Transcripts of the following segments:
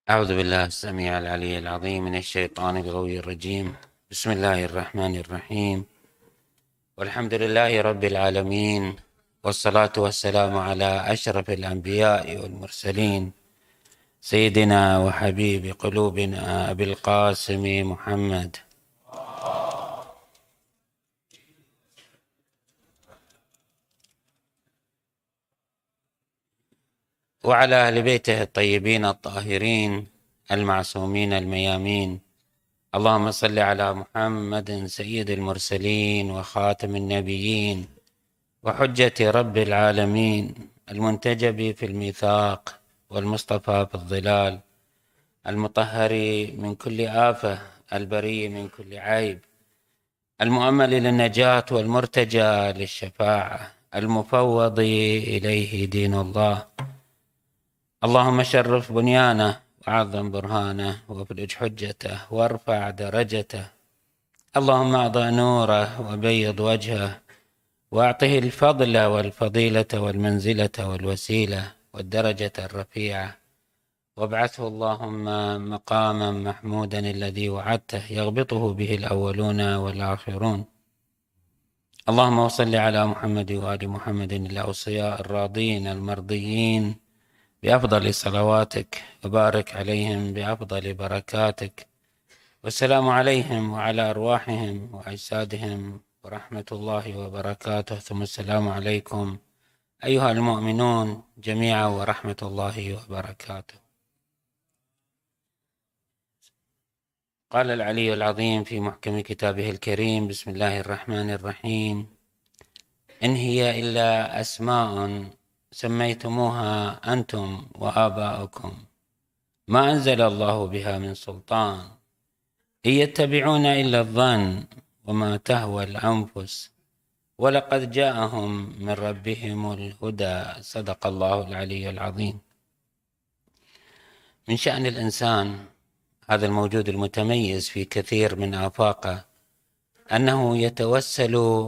أعوذ بالله السميع العلي العظيم من الشيطان الغوي الرجيم. بسم الله الرحمن الرحيم، والحمد لله رب العالمين، والصلاة والسلام على أشرف الأنبياء والمرسلين، سيدنا وحبيب قلوبنا أبي القاسم محمد وعلى أهل بيته الطيبين الطاهرين المعصومين الميامين. اللهم صل على محمد سيد المرسلين وخاتم النبيين وحجة رب العالمين، المنتجب في الميثاق والمصطفى في الظلال، المطهر من كل آفة، البري من كل عيب، المؤمل للنجاة والمرتجى للشفاعة، المفوض إليه دين الله. اللهم شرف بنيانه وعظم برهانه وافرج حجته وارفع درجته. اللهم اعطى نوره وبيض وجهه واعطه الفضل والفضيلة والمنزلة والوسيلة والدرجة الرفيعة، وابعثه اللهم مقاما محمودا الذي وعدته يغبطه به الأولون والآخرون. اللهم صل على محمد وآل محمد الأوصياء الراضين المرضيين بأفضل صلواتك، وبارك عليهم بأفضل بركاتك، والسلام عليهم وعلى أرواحهم وأجسادهم ورحمة الله وبركاته. ثم السلام عليكم أيها المؤمنون جميعا ورحمة الله وبركاته. قال العلي العظيم في محكم كتابه الكريم: بسم الله الرحمن الرحيم. إن هي إلا أسماء سميتموها أنتم وآباؤكم ما أنزل الله بها من سلطان، إن يتبعون إلا الظن وما تهوى الأنفس ولقد جاءهم من ربهم الهدى. صدق الله العلي العظيم. من شأن الإنسان هذا الموجود المتميز في كثير من آفاقه أنه يتوسل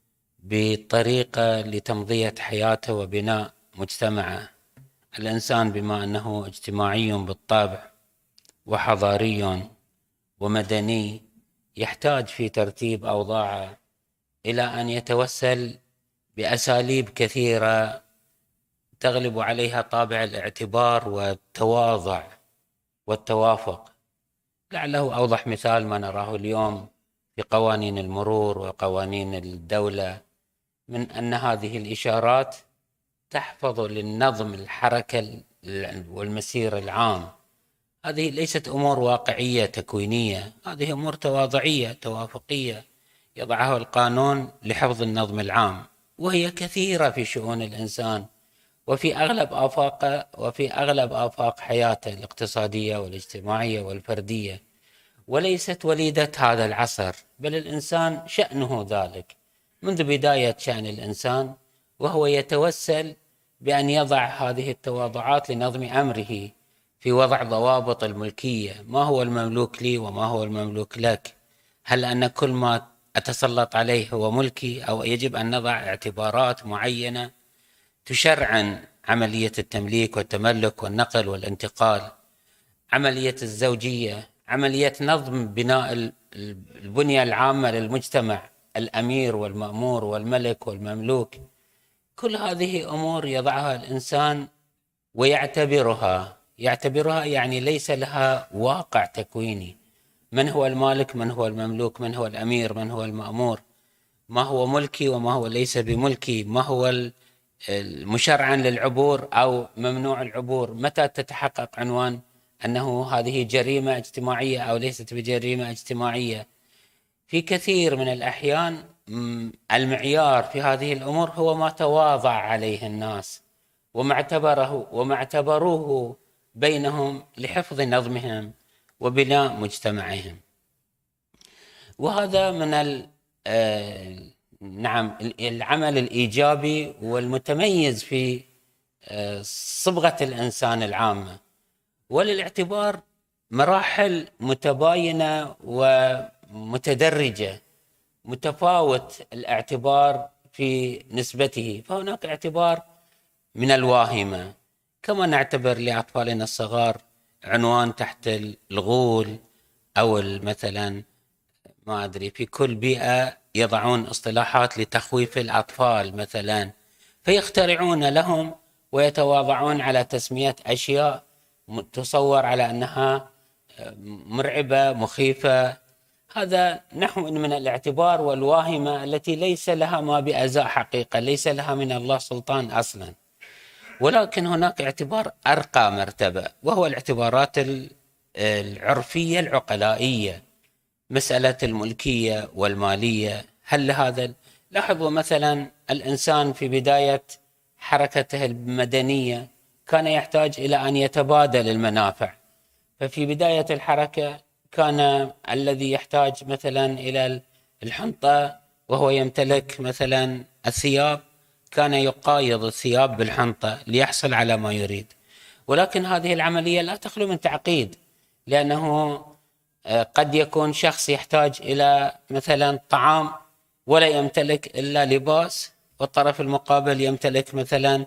بطريقة لتمضية حياته وبناء مجتمعه. الإنسان بما أنه اجتماعي بالطبع وحضاري ومدني يحتاج في ترتيب أوضاعه إلى أن يتوسل بأساليب كثيرة تغلب عليها طابع الاعتبار والتواضع والتوافق. لعله أوضح مثال ما نراه اليوم في قوانين المرور وقوانين الدولة، من أن هذه الإشارات تحفظ للنظم الحركة والمسير العام. هذه ليست أمور واقعية تكوينية، هذه أمور تواضعية توافقية يضعها القانون لحفظ النظم العام، وهي كثيرة في شؤون الإنسان وفي أغلب آفاق حياته الاقتصادية والاجتماعية والفردية، وليست وليدة هذا العصر، بل الإنسان شأنه ذلك منذ بداية شأن الإنسان، وهو يتوسل بأن يضع هذه التواضعات لنظم أمره في وضع ضوابط الملكية. ما هو المملوك لي وما هو المملوك لك؟ هل أن كل ما أتسلط عليه هو ملكي، أو يجب أن نضع اعتبارات معينة تشرعن عملية التمليك والتملك والنقل والانتقال، عملية الزوجية، عملية نظم بناء البنية العامة للمجتمع، الأمير والمأمور والملك والمملوك. كل هذه أمور يضعها الإنسان ويعتبرها يعني ليس لها واقع تكويني. من هو المالك؟ من هو المملوك؟ من هو الأمير؟ من هو المأمور؟ ما هو ملكي وما هو ليس بملكي؟ ما هو المشرعا للعبور أو ممنوع العبور؟ متى تتحقق عنوان أنه هذه جريمة اجتماعية أو ليست بجريمة اجتماعية؟ في كثير من الأحيان المعيار في هذه الأمور هو ما تواضع عليه الناس وما اعتبروه بينهم لحفظ نظمهم وبناء مجتمعهم. وهذا من العمل الإيجابي والمتميز في صبغة الإنسان العامة، وللاعتبار مراحل متباينة ومتدرجة، متفاوت الاعتبار في نسبته. فهناك اعتبار من الواهمة، كما نعتبر لأطفالنا الصغار عنوان تحت الغول أو مثلا ما أدري، في كل بيئة يضعون اصطلاحات لتخويف الأطفال مثلا، فيخترعون لهم ويتواضعون على تسمية أشياء تصور على أنها مرعبة مخيفة. هذا نحو من الاعتبار والواهمة التي ليس لها ما بأزاء حقيقة، ليس لها من الله سلطان أصلا. ولكن هناك اعتبار أرقى مرتبة، وهو الاعتبارات العرفية العقلائية، مسألة الملكية والمالية. هل هذا لاحظوا مثلا الإنسان في بداية حركته المدنية كان يحتاج إلى أن يتبادل المنافع، ففي بداية الحركة كان الذي يحتاج مثلا إلى الحنطة وهو يمتلك مثلا الثياب كان يقايض الثياب بالحنطة ليحصل على ما يريد. ولكن هذه العملية لا تخلو من تعقيد، لأنه قد يكون شخص يحتاج إلى مثلا طعام ولا يمتلك إلا لباس، والطرف المقابل يمتلك مثلا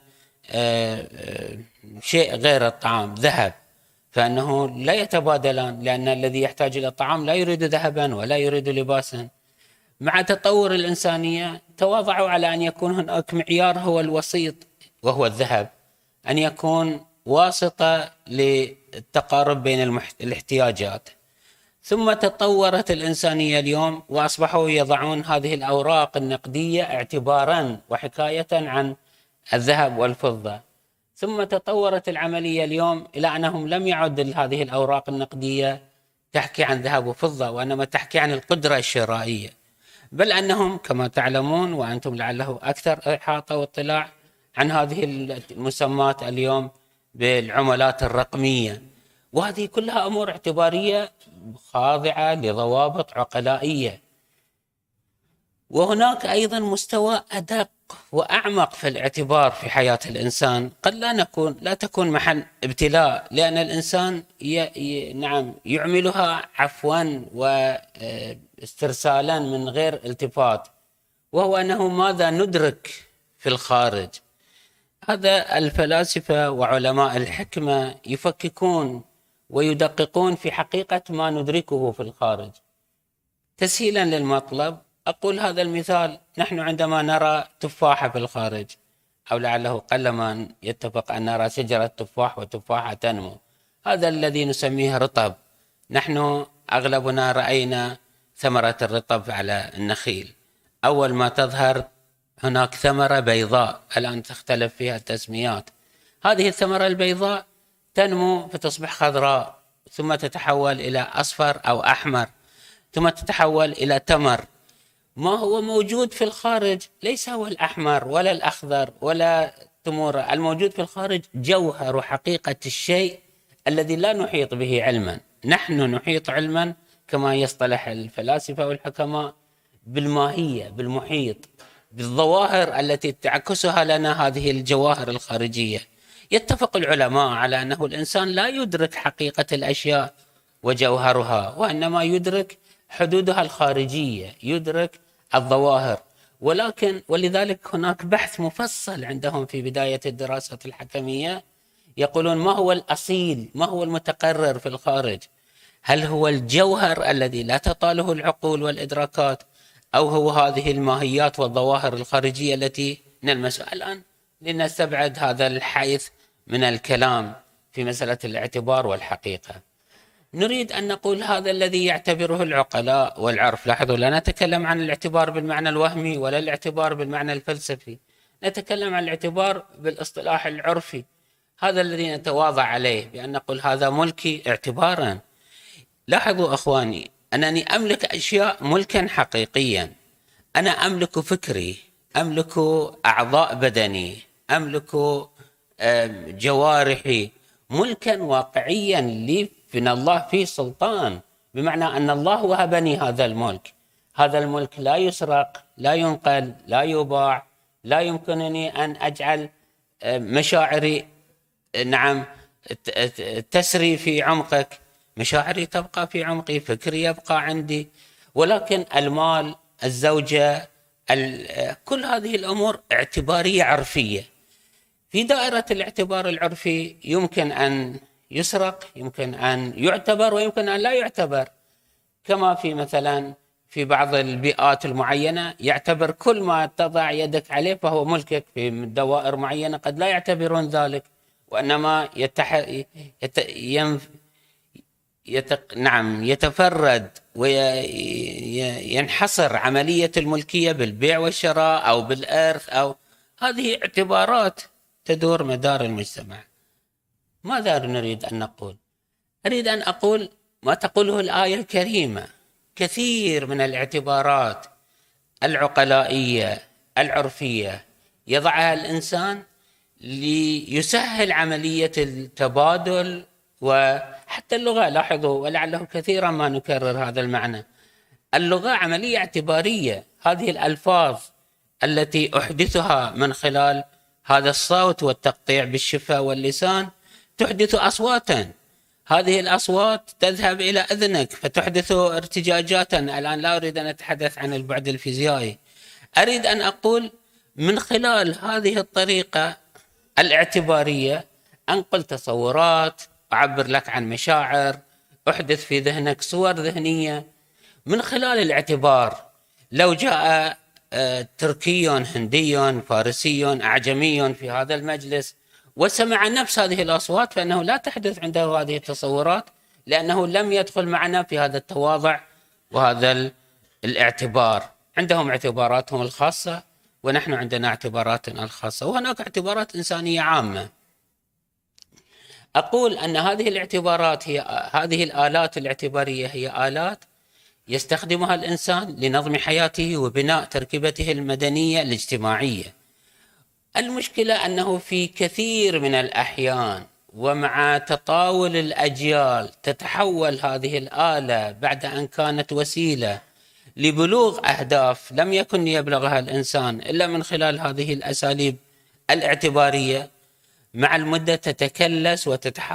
شيء غير الطعام، ذهب، فأنه لا يتبادلان، لأن الذي يحتاج إلى الطعام لا يريد ذهبا ولا يريد لباسا. مع تطور الإنسانية تواضعوا على أن يكون هناك معيار هو الوسيط وهو الذهب، أن يكون واسطة للتقارب بين الاحتياجات. ثم تطورت الإنسانية اليوم وأصبحوا يضعون هذه الأوراق النقدية اعتبارا وحكاية عن الذهب والفضة. ثم تطورت العملية اليوم إلى أنهم لم يعد هذه الأوراق النقدية تحكي عن ذهب وفضة، وإنما تحكي عن القدرة الشرائية، بل أنهم كما تعلمون وأنتم لعله أكثر إحاطة واطلاع عن هذه المسمات اليوم بالعملات الرقمية. وهذه كلها أمور اعتبارية خاضعة لضوابط عقلائية. وهناك أيضا مستوى أدق وأعمق في الاعتبار في حياة الإنسان، قد لا تكون محل ابتلاء، لأن الإنسان يعملها عفوا واسترسالا من غير التفات، وهو أنه ماذا ندرك في الخارج. هذا الفلاسفة وعلماء الحكمة يفككون ويدققون في حقيقة ما ندركه في الخارج. تسهيلا للمطلب أقول هذا المثال: نحن عندما نرى تفاحة في الخارج، أو لعله قلما يتفق أن نرى شجرة تفاح وتفاحة تنمو، هذا الذي نسميه رطب. نحن أغلبنا رأينا ثمرة الرطب على النخيل، أول ما تظهر هناك ثمرة بيضاء، الآن تختلف فيها التسميات. هذه الثمرة البيضاء تنمو فتصبح خضراء، ثم تتحول إلى أصفر أو أحمر، ثم تتحول إلى تمر. ما هو موجود في الخارج ليس هو الأحمر ولا الأخضر ولا التمور، الموجود في الخارج جوهر حقيقة الشيء الذي لا نحيط به علما. نحن نحيط علما كما يصطلح الفلاسفة والحكماء بالماهية، بالمحيط، بالظواهر التي تعكسها لنا هذه الجواهر الخارجية. يتفق العلماء على أنه الإنسان لا يدرك حقيقة الأشياء وجوهرها، وإنما يدرك حدودها الخارجية، يدرك الظواهر. ولذلك هناك بحث مفصل عندهم في بداية الدراسة الحكمية، يقولون ما هو الأصيل، ما هو المتقرر في الخارج؟ هل هو الجوهر الذي لا تطاله العقول والإدراكات، أو هو هذه الماهيات والظواهر الخارجية التي نلمسها الآن؟ لنستبعد هذا الحيث من الكلام في مسألة الاعتبار والحقيقة. نريد أن نقول هذا الذي يعتبره العقلاء والعرف. لاحظوا، لا نتكلم عن الاعتبار بالمعنى الوهمي ولا الاعتبار بالمعنى الفلسفي، نتكلم عن الاعتبار بالاصطلاح العرفي، هذا الذي نتواضع عليه بأن نقول هذا ملكي اعتبارا. لاحظوا أخواني أنني أملك أشياء ملكا حقيقيا، أنا أملك فكري، أملك أعضاء بدني، أملك جوارحي، ملكا واقعيا لي من الله فيه سلطان، بمعنى أن الله وهبني هذا الملك. هذا الملك لا يسرق، لا ينقل، لا يباع، لا يمكنني أن أجعل مشاعري تسري في عمقك، مشاعري تبقى في عمقي، فكري يبقى عندي. ولكن المال، الزوجة، كل هذه الأمور اعتبارية عرفية. في دائرة الاعتبار العرفي يمكن أن يسرق، يمكن أن يعتبر ويمكن أن لا يعتبر، كما في مثلا في بعض البيئات المعينة يعتبر كل ما تضع يدك عليه فهو ملكك، في دوائر معينة قد لا يعتبرون ذلك، وإنما يتفرد وينحصر عملية الملكية بالبيع والشراء أو بالإرث، أو هذه اعتبارات تدور مدار المجتمع. ماذا نريد أن نقول؟ أريد أن أقول ما تقوله الآية الكريمة. كثير من الاعتبارات العقلائية العرفية يضعها الإنسان ليسهل عملية التبادل، وحتى اللغة، لاحظوا ولعله كثيرا ما نكرر هذا المعنى، اللغة عملية اعتبارية. هذه الألفاظ التي أحدثها من خلال هذا الصوت والتقطيع بالشفة واللسان تحدث أصواتا، هذه الأصوات تذهب إلى أذنك فتحدث ارتجاجاتا. الآن لا أريد أن أتحدث عن البعد الفيزيائي، أريد أن أقول من خلال هذه الطريقة الاعتبارية أنقل تصورات، أعبر لك عن مشاعر، أحدث في ذهنك صور ذهنية من خلال الاعتبار. لو جاء تركي هندي فارسي أعجمي في هذا المجلس وسمع نفس هذه الأصوات فإنه لا تحدث عنده هذه التصورات، لأنه لم يدخل معنا في هذا التواضع وهذا الاعتبار. عندهم اعتباراتهم الخاصة ونحن عندنا اعتباراتنا الخاصة، وهناك اعتبارات إنسانية عامة. أقول أن هذه الاعتبارات هذه الآلات الاعتبارية هي آلات يستخدمها الإنسان لنظم حياته وبناء تركيبته المدنية الاجتماعية. المشكلة أنه في كثير من الأحيان ومع تطاول الأجيال تتحول هذه الآلة بعد أن كانت وسيلة لبلوغ أهداف لم يكن يبلغها الإنسان إلا من خلال هذه الأساليب الاعتبارية، مع المدة تتكلس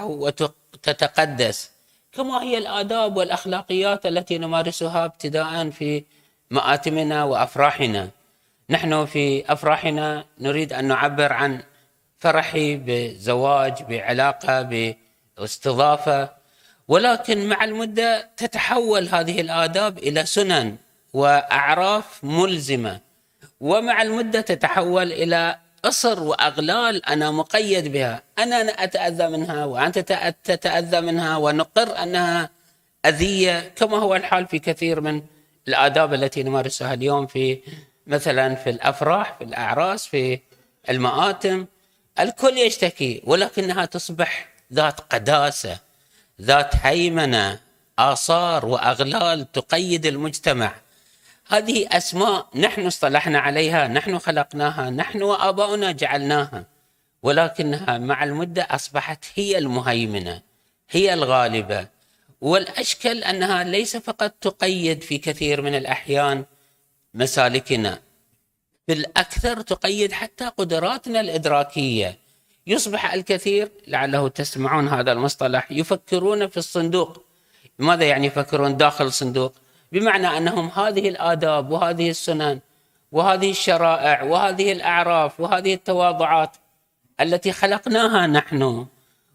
وتتقدس، كما هي الآداب والأخلاقيات التي نمارسها ابتداء في مآتمنا وأفراحنا. نحن في أفراحنا نريد أن نعبر عن فرحي بزواج، بعلاقة، باستضافة، ولكن مع المدة تتحول هذه الآداب إلى سنن وأعراف ملزمة، ومع المدة تتحول إلى أسر وأغلال أنا مقيد بها، أنا أتأذى منها وأنت تتأذى منها، ونقر أنها أذية، كما هو الحال في كثير من الآداب التي نمارسها اليوم في مثلا في الأفراح، في الأعراس، في المآتم، الكل يشتكي، ولكنها تصبح ذات قداسة، ذات هيمنة، آثار وأغلال تقيد المجتمع. هذه أسماء نحن اصطلحنا عليها، نحن خلقناها، نحن وآباؤنا جعلناها، ولكنها مع المدة أصبحت هي المهيمنة، هي الغالبة. والأشكل أنها ليس فقط تقيد في كثير من الأحيان مسالكنا، بالأكثر تقيد حتى قدراتنا الإدراكية. يصبح الكثير، لعله تسمعون هذا المصطلح، يفكرون في الصندوق. ماذا يعني يفكرون داخل الصندوق؟ بمعنى أنهم هذه الآداب وهذه السنن وهذه الشرائع وهذه الأعراف وهذه التواضعات التي خلقناها نحن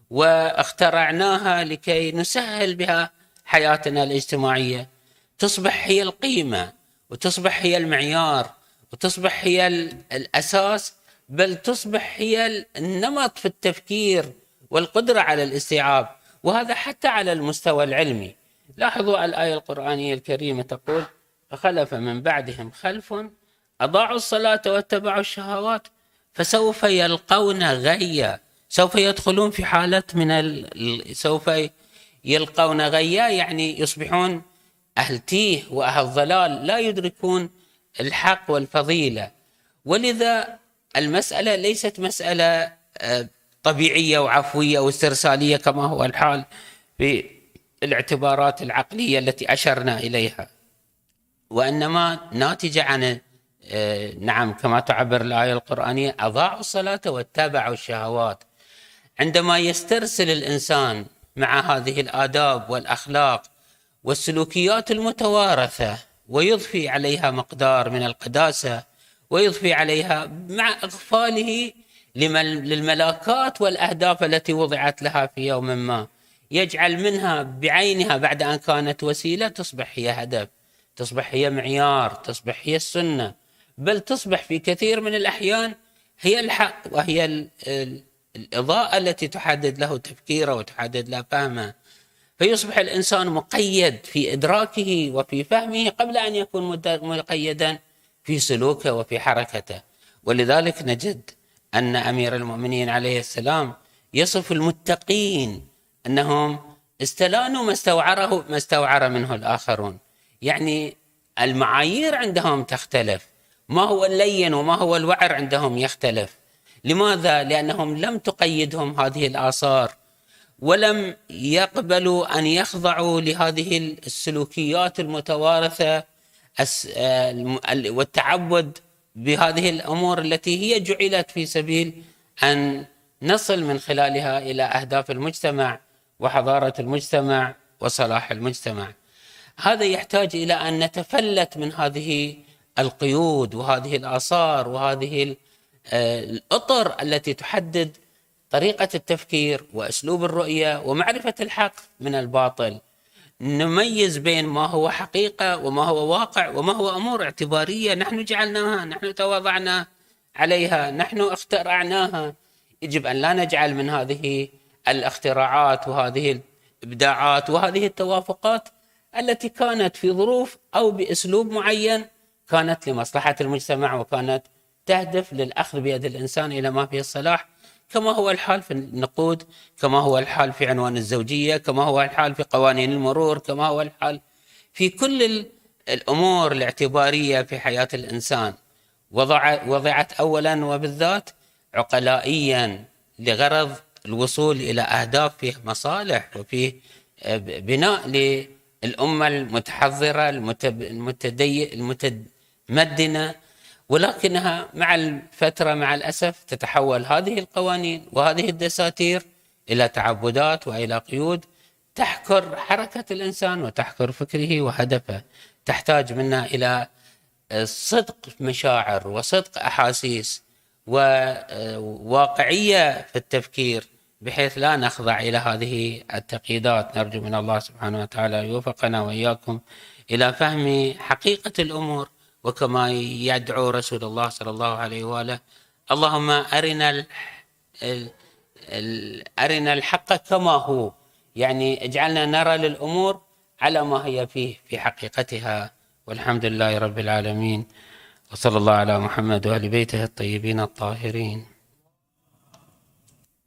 واخترعناها لكي نسهل بها حياتنا الاجتماعية، تصبح هي القيمة، وتصبح هي المعيار، وتصبح هي الأساس، بل تصبح هي النمط في التفكير والقدرة على الاستيعاب، وهذا حتى على المستوى العلمي. لاحظوا الآية القرآنية الكريمة تقول: فخلف من بعدهم خلف أضاعوا الصلاة واتبعوا الشهوات فسوف يلقون غيا. سوف يدخلون في حالة سوف يلقون غيا، يعني يصبحون أهل تيه وأهل ضلال، لا يدركون الحق والفضيلة. ولذا المسألة ليست مسألة طبيعية وعفوية واسترسالية كما هو الحال في الاعتبارات العقلية التي أشرنا إليها، وإنما ناتجة عن كما تعبر الآية القرآنية: أضاعوا الصلاة واتبعوا الشهوات. عندما يسترسل الإنسان مع هذه الآداب والأخلاق والسلوكيات المتوارثة ويضفي عليها مقدار من القداسة، ويضفي عليها مع إغفاله للملاكات والأهداف التي وضعت لها في يوم ما، يجعل منها بعينها بعد أن كانت وسيلة تصبح هي هدف، تصبح هي معيار، تصبح هي السنة، بل تصبح في كثير من الأحيان هي الحق، وهي الإضاءة التي تحدد له تفكيره وتحدد له فهمه. فيصبح الإنسان مقيد في إدراكه وفي فهمه قبل أن يكون مقيدا في سلوكه وفي حركته. ولذلك نجد أن أمير المؤمنين عليه السلام يصف المتقين أنهم استلانوا ما استوعر منه الآخرون. يعني المعايير عندهم تختلف، ما هو اللين وما هو الوعر عندهم يختلف. لماذا؟ لأنهم لم تقيدهم هذه الآثار، ولم يقبلوا أن يخضعوا لهذه السلوكيات المتوارثة والتعبد بهذه الأمور التي هي جعلت في سبيل أن نصل من خلالها إلى أهداف المجتمع وحضارة المجتمع وصلاح المجتمع. هذا يحتاج إلى أن نتفلت من هذه القيود وهذه الآثار وهذه الأطر التي تحدد طريقة التفكير وأسلوب الرؤية ومعرفة الحق من الباطل. نميز بين ما هو حقيقة وما هو واقع وما هو أمور اعتبارية نحن جعلناها، نحن تواضعنا عليها، نحن اخترعناها. يجب أن لا نجعل من هذه الاختراعات وهذه الإبداعات وهذه التوافقات التي كانت في ظروف أو بأسلوب معين كانت لمصلحة المجتمع وكانت تهدف للأخذ بيد الإنسان إلى ما فيه الصلاح، كما هو الحال في النقود، كما هو الحال في عنوان الزوجية، كما هو الحال في قوانين المرور، كما هو الحال في كل الأمور الاعتبارية في حياة الإنسان. وضعت أولا وبالذات عقلائيا لغرض الوصول إلى أهداف فيه مصالح وفيه بناء للأمة المتحضرة المتمدنة. ولكنها مع الفترة مع الأسف تتحول هذه القوانين وهذه الدساتير إلى تعبدات وإلى قيود تحكر حركة الإنسان وتحكر فكره وهدفه. تحتاج منا إلى صدق مشاعر وصدق أحاسيس وواقعية في التفكير بحيث لا نخضع إلى هذه التقييدات. نرجو من الله سبحانه وتعالى يوفقنا وإياكم إلى فهم حقيقة الأمور، وكما يدعو رسول الله صلى الله عليه وآله: اللهم أرنا الحق كما هو، يعني اجعلنا نرى للأمور على ما هي فيه في حقيقتها. والحمد لله رب العالمين، وصلى الله على محمد وآل بيته الطيبين الطاهرين.